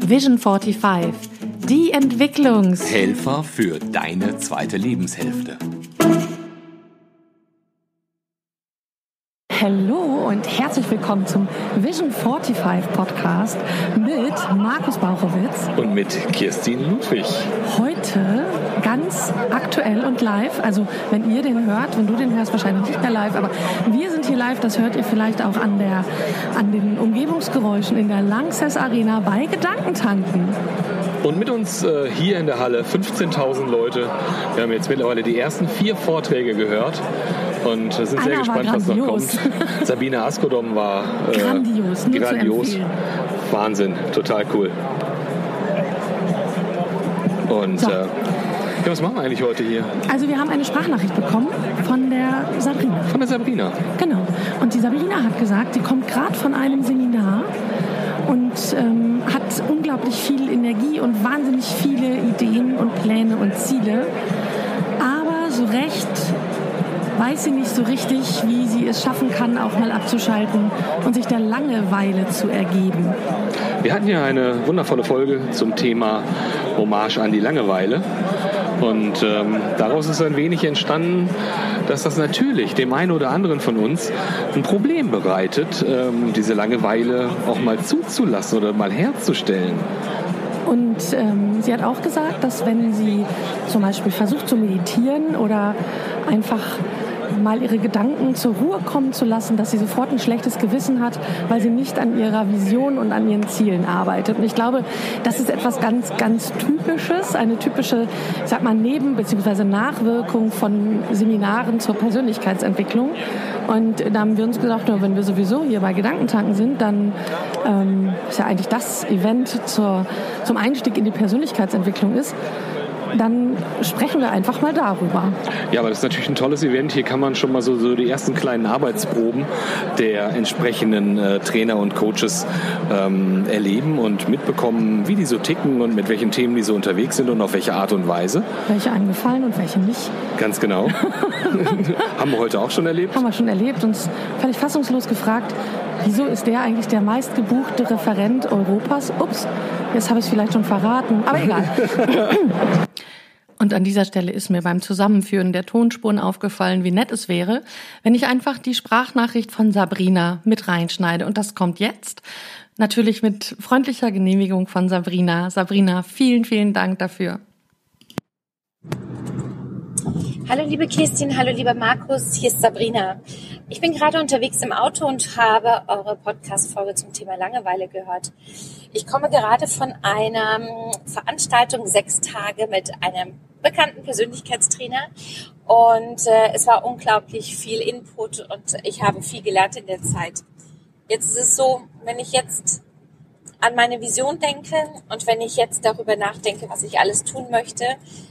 Vision 45, die Helfer für deine zweite Lebenshälfte. Hallo und herzlich willkommen zum Vision 45 Podcast mit Markus Bauchowitz und mit Kirstin Ludwig. Heute ganz aktuell und live, also wenn ihr den hört, wenn du den hörst, wahrscheinlich nicht mehr live, aber wir sind hier live, das hört ihr vielleicht auch an den Umgebungsgeräuschen in der Lanxess Arena bei Gedankentanken. Und mit uns hier in der Halle 15.000 Leute. Wir haben jetzt mittlerweile die ersten 4 Vorträge gehört und sind sehr gespannt, was noch kommt. Sabine Askodom war grandios. Wahnsinn, total cool. Und so. Was machen wir eigentlich heute hier? Also wir haben eine Sprachnachricht bekommen von der Sabrina. Von der Sabrina? Genau. Und die Sabrina hat gesagt, sie kommt gerade von einem Seminar und hat unglaublich viel Energie und wahnsinnig viele Ideen und Pläne und Ziele. Aber so recht weiß sie nicht so richtig, wie sie es schaffen kann, auch mal abzuschalten und sich der Langeweile zu ergeben. Wir hatten ja eine wundervolle Folge zum Thema Hommage an die Langeweile. Und daraus ist ein wenig entstanden, dass das natürlich dem einen oder anderen von uns ein Problem bereitet, diese Langeweile auch mal zuzulassen oder mal herzustellen. Und sie hat auch gesagt, dass wenn sie zum Beispiel versucht zu meditieren oder einfach mal ihre Gedanken zur Ruhe kommen zu lassen, dass sie sofort ein schlechtes Gewissen hat, weil sie nicht an ihrer Vision und an ihren Zielen arbeitet. Und ich glaube, das ist etwas ganz, ganz Typisches, eine typische, ich sag mal, bzw. Nachwirkung von Seminaren zur Persönlichkeitsentwicklung. Und da haben wir uns gesagt, wenn wir sowieso hier bei Gedankentanken sind, dann ist ja eigentlich das Event zum Einstieg in die Persönlichkeitsentwicklung ist, dann sprechen wir einfach mal darüber. Ja, aber das ist natürlich ein tolles Event. Hier kann man schon mal so die ersten kleinen Arbeitsproben der entsprechenden Trainer und Coaches erleben und mitbekommen, wie die so ticken und mit welchen Themen die so unterwegs sind und auf welche Art und Weise. Welche einem gefallen und welche nicht. Ganz genau. Haben wir heute auch schon erlebt. Haben wir schon erlebt, uns völlig fassungslos gefragt, wieso ist der eigentlich der meistgebuchte Referent Europas? Ups, jetzt habe ich es vielleicht schon verraten, aber egal. Und an dieser Stelle ist mir beim Zusammenführen der Tonspuren aufgefallen, wie nett es wäre, wenn ich einfach die Sprachnachricht von Sabrina mit reinschneide. Und das kommt jetzt. Natürlich mit freundlicher Genehmigung von Sabrina. Sabrina, vielen, vielen Dank dafür. Hallo liebe Kirstin, hallo lieber Markus, hier ist Sabrina. Ich bin gerade unterwegs im Auto und habe eure Podcast-Folge zum Thema Langeweile gehört. Ich komme gerade von einer Veranstaltung 6 Tage mit einem bekannten Persönlichkeitstrainer und es war unglaublich viel Input und ich habe viel gelernt in der Zeit. Jetzt ist es so, wenn ich jetzt an meine Vision denke und wenn ich jetzt darüber nachdenke, was ich alles tun möchte,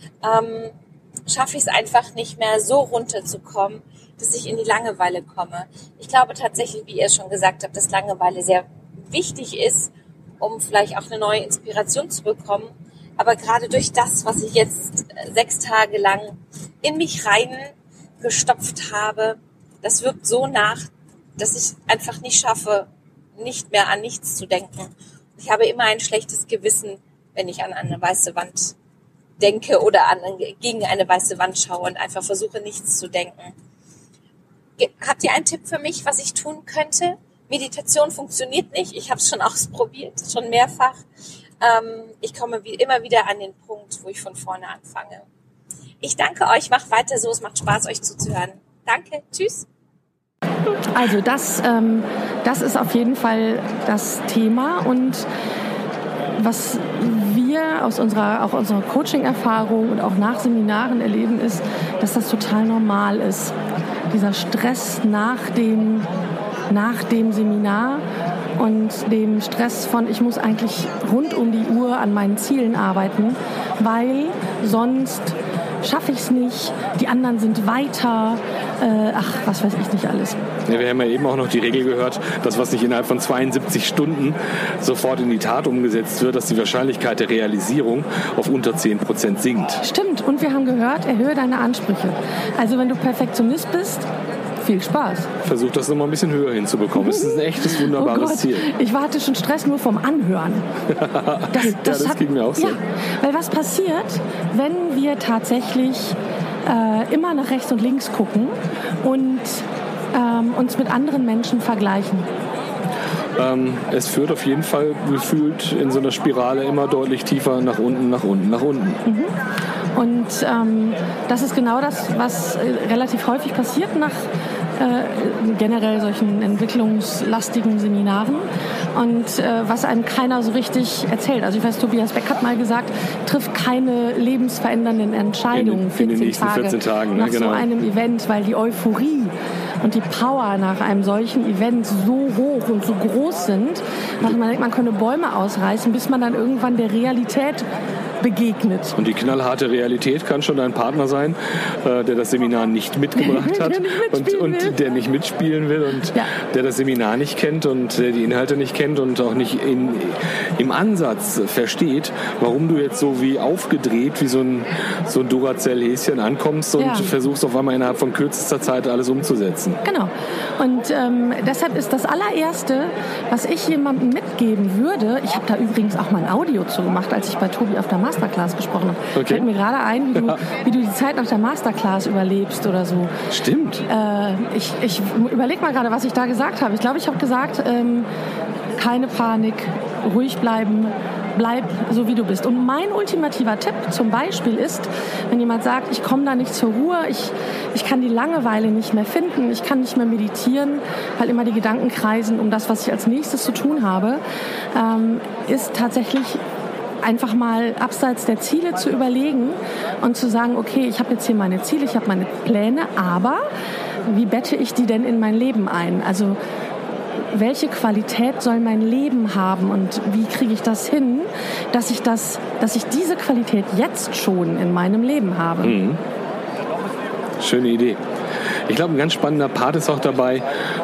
schaffe ich es einfach nicht mehr so runterzukommen, dass ich in die Langeweile komme. Ich glaube tatsächlich, wie ihr schon gesagt habt, dass Langeweile sehr wichtig ist, um vielleicht auch eine neue Inspiration zu bekommen. Aber gerade durch das, was ich jetzt 6 Tage lang in mich reingestopft habe, das wirkt so nach, dass ich einfach nicht schaffe, nicht mehr an nichts zu denken. Ich habe immer ein schlechtes Gewissen, wenn ich an eine weiße Wand denke oder gegen eine weiße Wand schaue und einfach versuche, nichts zu denken. Habt ihr einen Tipp für mich, was ich tun könnte? Meditation funktioniert nicht. Ich habe es schon ausprobiert, schon mehrfach. Ich komme immer wieder an den Punkt, wo ich von vorne anfange. Ich danke euch, macht weiter so, es macht Spaß, euch zuzuhören. Danke, tschüss. Also das ist auf jeden Fall das Thema und was wir aus unserer Coaching-Erfahrung und auch nach Seminaren erleben, ist, dass das total normal ist. Dieser Stress nach dem Seminar und dem Stress von, ich muss eigentlich rund um die Uhr an meinen Zielen arbeiten, weil sonst schaffe ich es nicht, die anderen sind weiter, was weiß ich nicht alles. Ja, wir haben ja eben auch noch die Regel gehört, dass was nicht innerhalb von 72 Stunden sofort in die Tat umgesetzt wird, dass die Wahrscheinlichkeit der Realisierung auf unter 10% sinkt. Stimmt, und wir haben gehört, erhöhe deine Ansprüche. Also wenn du Perfektionist bist, Viel Spaß. Versuch das nochmal ein bisschen höher hinzubekommen. Es ist ein echtes, wunderbares Ziel. Ich hatte schon Stress nur vom Anhören. Das ging mir auch so. Ja, weil was passiert, wenn wir tatsächlich immer nach rechts und links gucken und uns mit anderen Menschen vergleichen? Es führt auf jeden Fall gefühlt in so einer Spirale immer deutlich tiefer nach unten, nach unten, nach unten. Mhm. Und das ist genau das, was relativ häufig passiert nach generell solchen entwicklungslastigen Seminaren und was einem keiner so richtig erzählt. Also ich weiß, Tobias Beck hat mal gesagt, trifft keine lebensverändernden Entscheidungen in den nächsten 14 Tagen nach genau. so einem Event, weil die Euphorie und die Power nach einem solchen Event so hoch und so groß sind, dass man denkt, man könne Bäume ausreißen, bis man dann irgendwann der Realität begegnet. Und die knallharte Realität kann schon dein Partner sein, der das Seminar nicht mitgebracht hat und der nicht mitspielen will und der das Seminar nicht kennt und der die Inhalte nicht kennt und auch nicht im Ansatz versteht, warum du jetzt so wie aufgedreht, wie so ein Duracell-Häschen ankommst und versuchst auf einmal innerhalb von kürzester Zeit alles umzusetzen. Genau. Und deshalb ist das allererste, was ich jemandem mitgeben würde, ich habe da übrigens auch mal ein Audio zu gemacht, als ich bei Tobi auf der Masterclass gesprochen habe. Okay. Fällt mir gerade ein, wie du die Zeit nach der Masterclass überlebst oder so. Stimmt. Ich überlege mal gerade, was ich da gesagt habe. Ich glaube, ich habe gesagt, keine Panik, ruhig bleiben, bleib so wie du bist. Und mein ultimativer Tipp zum Beispiel ist, wenn jemand sagt, ich komme da nicht zur Ruhe, ich kann die Langeweile nicht mehr finden, ich kann nicht mehr meditieren, weil immer die Gedanken kreisen um das, was ich als nächstes zu tun habe, ist tatsächlich einfach mal abseits der Ziele zu überlegen und zu sagen, okay, ich habe jetzt hier meine Ziele, ich habe meine Pläne, aber wie bette ich die denn in mein Leben ein? Also welche Qualität soll mein Leben haben und wie kriege ich das hin, dass ich diese Qualität jetzt schon in meinem Leben habe? Mhm. Schöne Idee. Ich glaube, ein ganz spannender Part ist auch dabei,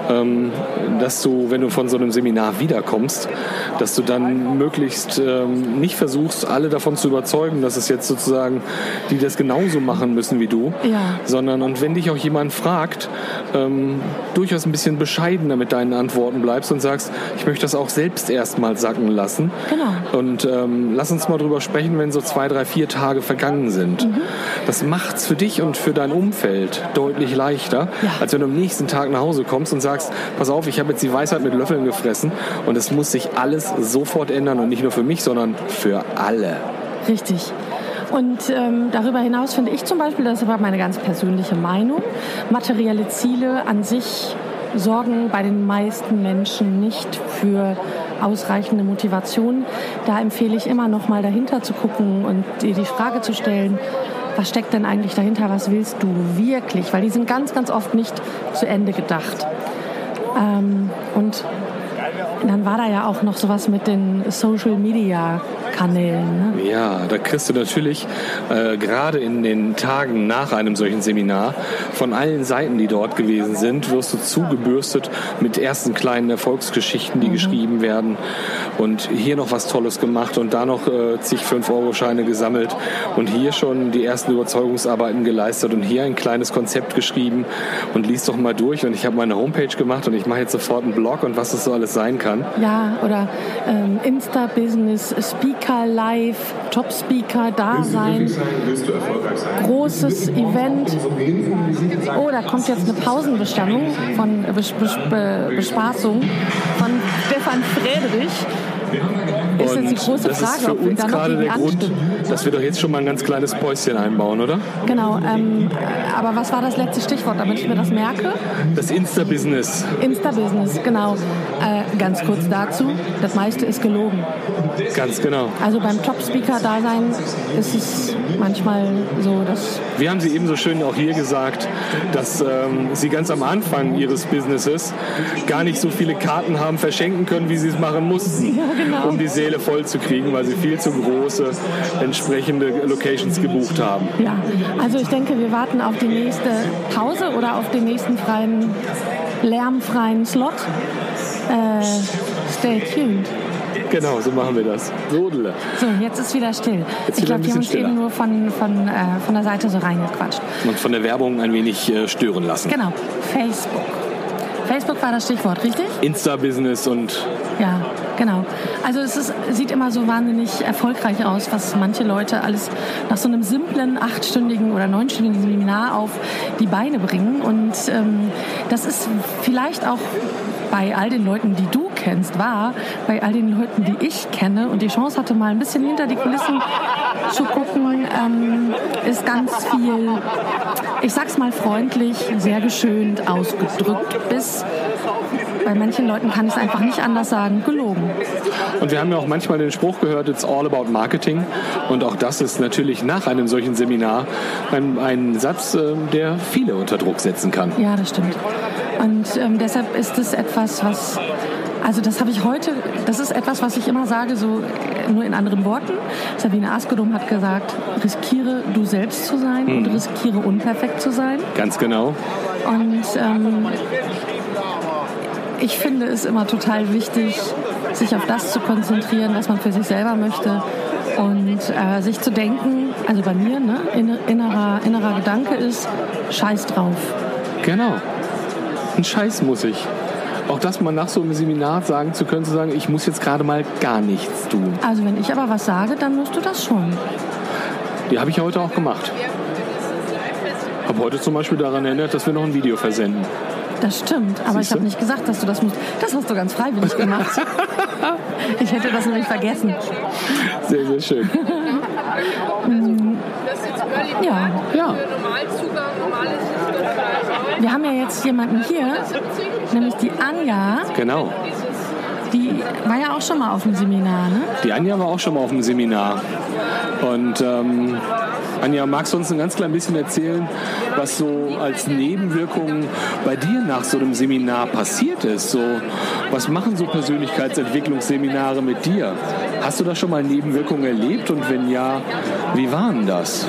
dass du, wenn du von so einem Seminar wiederkommst, dass du dann möglichst nicht versuchst, alle davon zu überzeugen, dass es jetzt sozusagen, die das genauso machen müssen wie du, sondern, und wenn dich auch jemand fragt, durchaus ein bisschen bescheidener mit deinen Antworten bleibst und sagst, ich möchte das auch selbst erstmal sacken lassen. Genau. Und lass uns mal drüber sprechen, wenn so 2, 3, 4 Tage vergangen sind. Mhm. Das macht's für dich und für dein Umfeld deutlich leichter, als wenn du am nächsten Tag nach Hause kommst und sagst, pass auf, ich habe jetzt die Weisheit mit Löffeln gefressen und es muss sich alles sofort ändern und nicht nur für mich, sondern für alle. Richtig. Und darüber hinaus finde ich zum Beispiel, das ist aber meine ganz persönliche Meinung, materielle Ziele an sich sorgen bei den meisten Menschen nicht für ausreichende Motivation. Da empfehle ich immer noch mal dahinter zu gucken und dir die Frage zu stellen, was steckt denn eigentlich dahinter, was willst du wirklich? Weil die sind ganz, ganz oft nicht zu Ende gedacht. Und dann war da ja auch noch sowas mit den Social-Media-Kanälen. Ne? Ja, da kriegst du natürlich gerade in den Tagen nach einem solchen Seminar von allen Seiten, die dort gewesen sind, wirst du zugebürstet mit ersten kleinen Erfolgsgeschichten, die geschrieben werden und hier noch was Tolles gemacht und da noch zig 5-Euro-Scheine gesammelt und hier schon die ersten Überzeugungsarbeiten geleistet und hier ein kleines Konzept geschrieben und lies doch mal durch und ich habe meine Homepage gemacht und ich mache jetzt sofort einen Blog und was das so alles sein kann. Ja, oder Insta-Business, Speaker live, Top-Speaker, da sein, großes Event. Oh, da kommt jetzt eine Pausenbestimmung von Bespaßung von Stefan Friedrich. Ist jetzt die große Frage, das ist für ob wir uns da noch gerade der Grund, anstimmen. dass wir doch jetzt schon mal ein ganz kleines Päuschen einbauen, oder? Genau, aber was war das letzte Stichwort, damit ich mir das merke? Das Insta-Business. Insta-Business, genau. Ganz kurz dazu, das meiste ist gelogen. Ganz genau. Also beim Top-Speaker-Dasein ist es manchmal so, dass... Wir haben Sie eben so schön auch hier gesagt, dass Sie ganz am Anfang Ihres Businesses gar nicht so viele Karten haben verschenken können, wie Sie es machen mussten, um die Seele voll zu kriegen, weil Sie viel zu große entsprechende Locations gebucht haben. Ja, also ich denke, wir warten auf die nächste Pause oder auf den nächsten lärmfreien Slot. Stay tuned. Genau, so machen wir das. Sodele. So, jetzt ist wieder still. Ich glaube, wir haben uns eben nur von der Seite so reingequatscht. Und von der Werbung ein wenig stören lassen. Genau, Facebook. Facebook war das Stichwort, richtig? Insta-Business und... Ja, genau. Also es sieht immer so wahnsinnig erfolgreich aus, was manche Leute alles nach so einem simplen 8-stündigen oder 9-stündigen Seminar auf die Beine bringen. Und das ist vielleicht auch bei all den Leuten, die du kennst, bei all den Leuten, die ich kenne und die Chance hatte, mal ein bisschen hinter die Kulissen zu gucken, ist ganz viel, ich sag's mal freundlich, sehr geschönt ausgedrückt, bis bei manchen Leuten kann ich es einfach nicht anders sagen, gelogen. Und wir haben ja auch manchmal den Spruch gehört, it's all about marketing. Und auch das ist natürlich nach einem solchen Seminar ein Satz, der viele unter Druck setzen kann. Ja, das stimmt. Und deshalb ist es etwas, das ist etwas, was ich immer sage, so nur in anderen Worten. Sabine Askodum hat gesagt, riskiere du selbst zu sein und riskiere unperfekt zu sein. Ganz genau. Und ich finde es immer total wichtig, sich auf das zu konzentrieren, was man für sich selber möchte und sich zu denken, also bei mir, ne, innerer Gedanke ist, scheiß drauf. Genau. Ein Scheiß muss ich. Auch das mal nach so einem Seminar sagen zu können, zu sagen, ich muss jetzt gerade mal gar nichts tun. Also wenn ich aber was sage, dann musst du das schon. Die habe ich ja heute auch gemacht. Habe heute zum Beispiel daran erinnert, dass wir noch ein Video versenden. Das stimmt, aber ich habe nicht gesagt, dass du das musst. Das hast du ganz freiwillig gemacht. Ich hätte das nämlich vergessen. Sehr, sehr schön. Ja. Wir haben ja jetzt jemanden hier, nämlich die Anja. Genau. Die war ja auch schon mal auf dem Seminar, ne? Die Anja war auch schon mal auf dem Seminar. Und Anja, magst du uns ein ganz klein bisschen erzählen, was so als Nebenwirkung bei dir nach so einem Seminar passiert ist? So, was machen so Persönlichkeitsentwicklungsseminare mit dir? Hast du da schon mal Nebenwirkungen erlebt? Und wenn ja, wie waren das?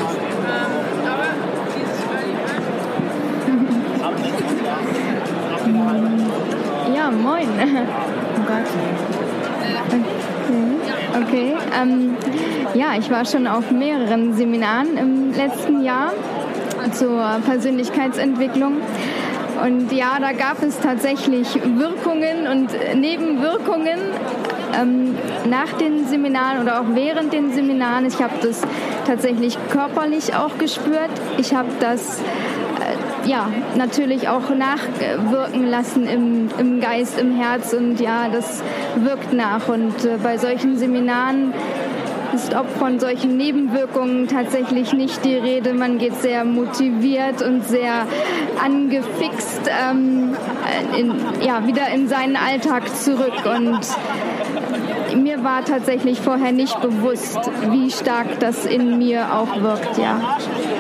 Ja, moin. Oh Gott. Okay. Ja, ich war schon auf mehreren Seminaren im letzten Jahr zur Persönlichkeitsentwicklung. Und ja, da gab es tatsächlich Wirkungen und Nebenwirkungen nach den Seminaren oder auch während den Seminaren. Ich habe das tatsächlich körperlich auch gespürt. Ich habe das natürlich auch nachwirken lassen im Geist, im Herz, und ja, das wirkt nach. Und bei solchen Seminaren ist auch von solchen Nebenwirkungen tatsächlich nicht die Rede. Man geht sehr motiviert und sehr angefixt wieder in seinen Alltag zurück. Und mir war tatsächlich vorher nicht bewusst, wie stark das in mir auch wirkt, ja.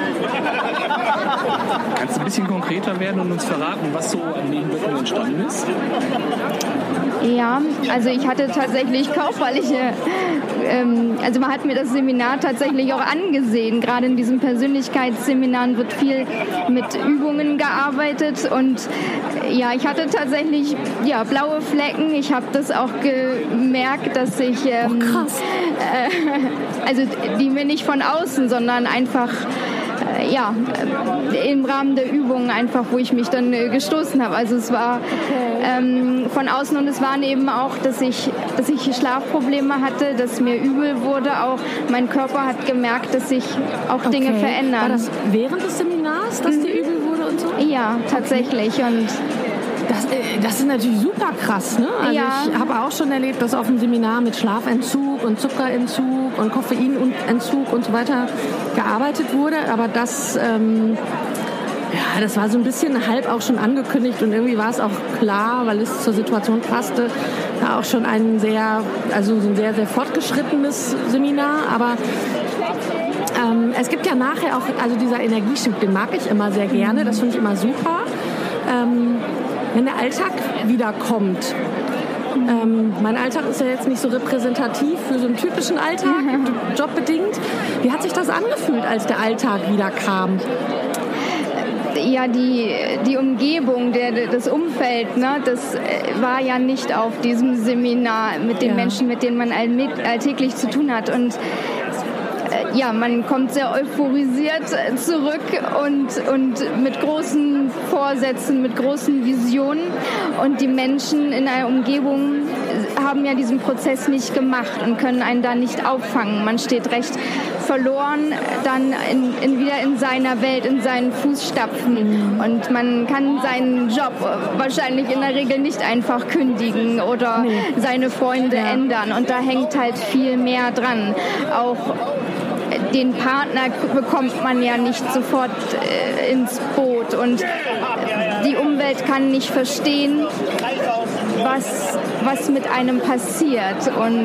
Kannst du ein bisschen konkreter werden und uns verraten, was so an Nebenwirkungen entstanden ist? Ja, also ich hatte tatsächlich körperliche, also man hat mir das Seminar tatsächlich auch angesehen. Gerade in diesen Persönlichkeitsseminaren wird viel mit Übungen gearbeitet und ja, ich hatte tatsächlich blaue Flecken. Ich habe das auch gemerkt, dass ich, krass. Also die mir nicht von außen, sondern einfach im Rahmen der Übungen einfach, wo ich mich dann gestoßen habe. Also es war von außen, und es waren eben auch, dass ich Schlafprobleme hatte, dass mir übel wurde. Auch mein Körper hat gemerkt, dass sich auch Dinge verändern. War das während des Seminars, dass dir übel wurde und so? Ja, tatsächlich. Okay. Und das ist natürlich super krass, ne? Also ich habe auch schon erlebt, dass auf dem Seminar mit Schlafentzug und Zuckerentzug und Koffeinentzug und so weiter gearbeitet wurde. Aber das war so ein bisschen halb auch schon angekündigt, und irgendwie war es auch klar, weil es zur Situation passte, da auch schon ein sehr, sehr fortgeschrittenes Seminar. Aber es gibt ja nachher auch, also dieser Energieschub, den mag ich immer sehr gerne, das finde ich immer super. Wenn der Alltag wiederkommt. Mein Alltag ist ja jetzt nicht so repräsentativ für so einen typischen Alltag, jobbedingt. Wie hat sich das angefühlt, als der Alltag wieder kam? ja, die Umgebung, das Umfeld, ne, das war ja nicht auf diesem Seminar mit den Menschen, mit denen man alltäglich zu tun hat. Und ja, man kommt sehr euphorisiert zurück und mit großen Vorsätzen, mit großen Visionen. Und die Menschen in einer Umgebung haben ja diesen Prozess nicht gemacht und können einen da nicht auffangen. Man steht recht verloren dann wieder in seiner Welt, in seinen Fußstapfen. Und man kann seinen Job wahrscheinlich in der Regel nicht einfach kündigen oder seine Freunde ändern. Und da hängt halt viel mehr dran. Auch den Partner bekommt man ja nicht sofort ins Boot und die Umwelt kann nicht verstehen, was mit einem passiert und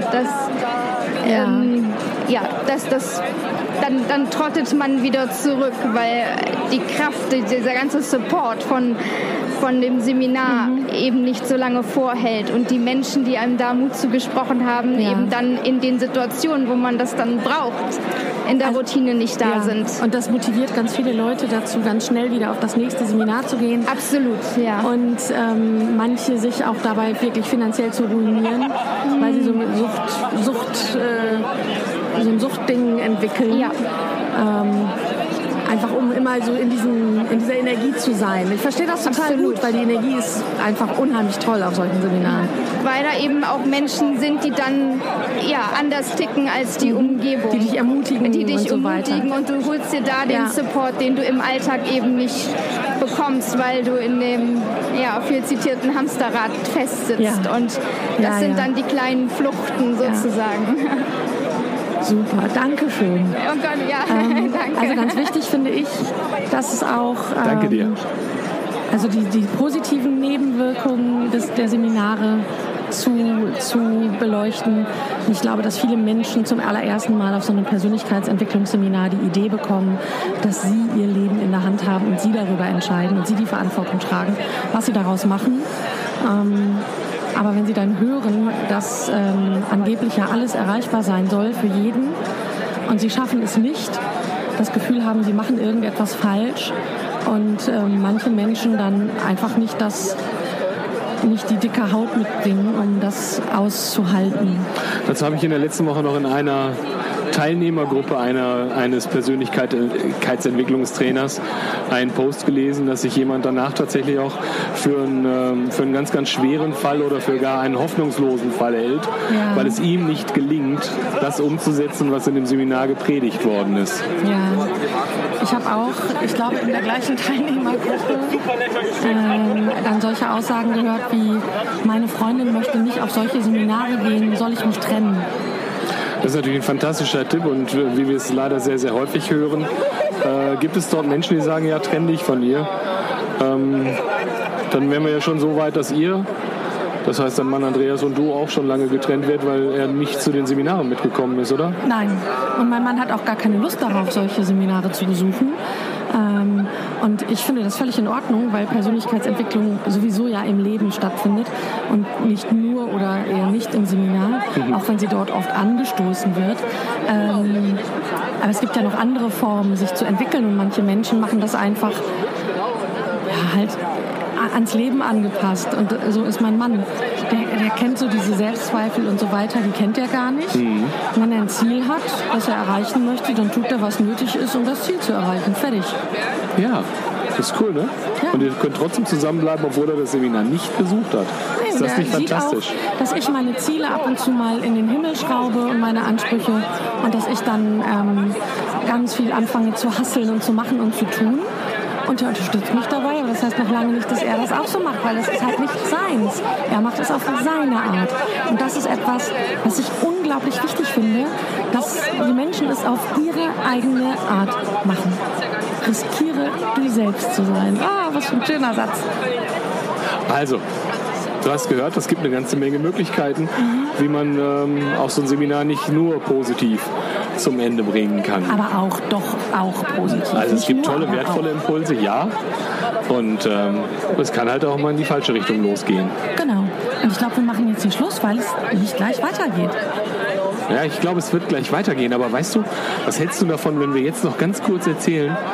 dann trottet man wieder zurück, weil die Kraft, dieser ganze Support von dem Seminar eben nicht so lange vorhält und die Menschen, die einem da Mut zugesprochen haben, eben dann in den Situationen, wo man das dann braucht, in der Routine nicht da sind. Und das motiviert ganz viele Leute dazu, ganz schnell wieder auf das nächste Seminar zu gehen. Absolut, ja. Und manche sich auch dabei wirklich finanziell zu ruinieren, weil sie so ein Suchtding entwickeln. Ja. Einfach um immer so in dieser Energie zu sein. Ich verstehe das total gut, weil die Energie ist einfach unheimlich toll auf solchen Seminaren. Weil da eben auch Menschen sind, die dann anders ticken als die Umgebung. Die dich ermutigen und du holst dir da den Support, den du im Alltag eben nicht bekommst, weil du in dem viel zitierten Hamsterrad festsitzt. Ja. Und das sind dann die kleinen Fluchten sozusagen. Super, danke schön. Oh Gott, danke. Also ganz wichtig finde ich, dass es auch danke dir. Also die positiven Nebenwirkungen der Seminare zu beleuchten. Und ich glaube, dass viele Menschen zum allerersten Mal auf so einem Persönlichkeitsentwicklungsseminar die Idee bekommen, dass sie ihr Leben in der Hand haben und sie darüber entscheiden und sie die Verantwortung tragen, was sie daraus machen. Aber wenn Sie dann hören, dass angeblich ja alles erreichbar sein soll für jeden und Sie schaffen es nicht, das Gefühl haben, Sie machen irgendetwas falsch und manche Menschen dann einfach nicht die dicke Haut mitbringen, um das auszuhalten. Dazu habe ich in der letzten Woche noch in einer Teilnehmergruppe eines Persönlichkeitsentwicklungstrainers einen Post gelesen, dass sich jemand danach tatsächlich auch für einen ganz, ganz schweren Fall oder für gar einen hoffnungslosen Fall hält, weil es ihm nicht gelingt, das umzusetzen, was in dem Seminar gepredigt worden ist. Ja, ich habe auch, ich glaube, in der gleichen Teilnehmergruppe dann solche Aussagen gehört wie, meine Freundin möchte nicht auf solche Seminare gehen, soll ich mich trennen? Das ist natürlich ein fantastischer Tipp und wie wir es leider sehr, sehr häufig hören, gibt es dort Menschen, die sagen, ja, trenn dich von ihr. Dann wären wir ja schon so weit, dass das heißt, dein Mann Andreas und du auch schon lange getrennt wird, weil er nicht zu den Seminaren mitgekommen ist, oder? Nein. Und mein Mann hat auch gar keine Lust darauf, solche Seminare zu besuchen. Und ich finde das völlig in Ordnung, weil Persönlichkeitsentwicklung sowieso ja im Leben stattfindet und nicht nur oder eher nicht im Seminar, auch wenn sie dort oft angestoßen wird. Aber es gibt ja noch andere Formen, sich zu entwickeln und manche Menschen machen das einfach halt ans Leben angepasst. Und so ist mein Mann. Der kennt so diese Selbstzweifel und so weiter, die kennt er gar nicht. Und wenn er ein Ziel hat, das er erreichen möchte, dann tut er, was nötig ist, um das Ziel zu erreichen. Fertig. Ja, das ist cool, ne? Ja. Und ihr könnt trotzdem zusammenbleiben, obwohl er das Seminar nicht besucht hat. Nein, ist das nicht fantastisch? Auch, dass ich meine Ziele ab und zu mal in den Himmel schraube und meine Ansprüche und dass ich dann ganz viel anfange zu hustlen und zu machen und zu tun. Und er unterstützt mich dabei, aber das heißt noch lange nicht, dass er das auch so macht, weil das ist halt nicht seins. Er macht es auf seine Art. Und das ist etwas, was ich unglaublich wichtig finde, dass die Menschen es auf ihre eigene Art machen. Riskiere, du selbst zu sein. Ah, was für ein schöner Satz. Also, du hast gehört, es gibt eine ganze Menge Möglichkeiten, wie man auch so ein Seminar nicht nur positiv zum Ende bringen kann. Aber auch positiv. Also es gibt tolle, wertvolle Impulse, ja. Und es kann halt auch mal in die falsche Richtung losgehen. Genau. Und ich glaube, wir machen jetzt hier Schluss, weil es nicht gleich weitergeht. Ja, ich glaube, es wird gleich weitergehen. Aber weißt du, was hältst du davon, wenn wir jetzt noch ganz kurz erzählen,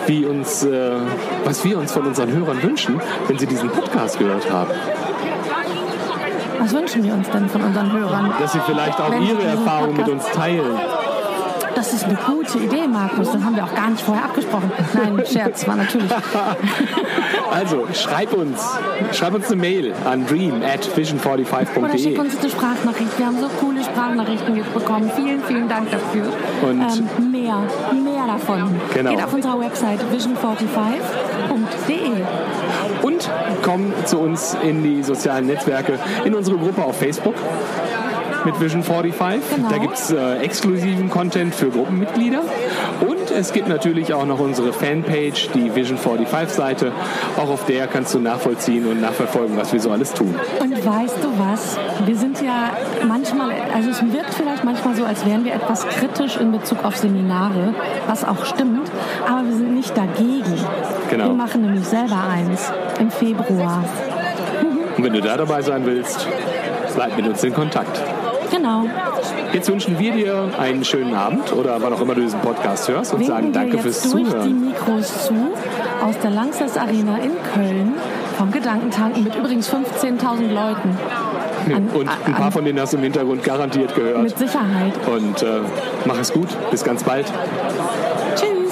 was wir uns von unseren Hörern wünschen, wenn sie diesen Podcast gehört haben. Was wünschen wir uns denn von unseren Hörern? Dass sie vielleicht auch ihre Erfahrungen mit uns teilen. Das ist eine gute Idee, Markus. Das haben wir auch gar nicht vorher abgesprochen. Nein, Scherz, war natürlich. Also, schreib uns eine Mail an dream@vision45.de. Oder schick uns eine Sprachnachricht. Wir haben so coole Sprachnachrichten jetzt bekommen. Vielen, vielen Dank dafür. Und mehr davon. Genau. Geht auf unserer Website vision45.de. Und komm zu uns in die sozialen Netzwerke, in unsere Gruppe auf Facebook mit Vision45. Genau. Da gibt es exklusiven Content für Gruppenmitglieder. Und es gibt natürlich auch noch unsere Fanpage, die Vision45-Seite. Auch auf der kannst du nachvollziehen und nachverfolgen, was wir so alles tun. Und weißt du was? Wir sind ja manchmal, also es wirkt vielleicht manchmal so, als wären wir etwas kritisch in Bezug auf Seminare, was auch stimmt, aber wir sind nicht dagegen. Genau. Wir machen nämlich selber eins im Februar. Und wenn du da dabei sein willst, bleib mit uns in Kontakt. Genau. Jetzt wünschen wir dir einen schönen Abend oder wann auch immer du diesen Podcast hörst und sagen danke fürs Zuhören. Durch die Zuhören. Mikros zu aus der Lanxess Arena in Köln vom Gedankentanken mit übrigens 15.000 Leuten. Und ein paar von denen hast du im Hintergrund garantiert gehört. Mit Sicherheit. Und mach es gut. Bis ganz bald. Tschüss.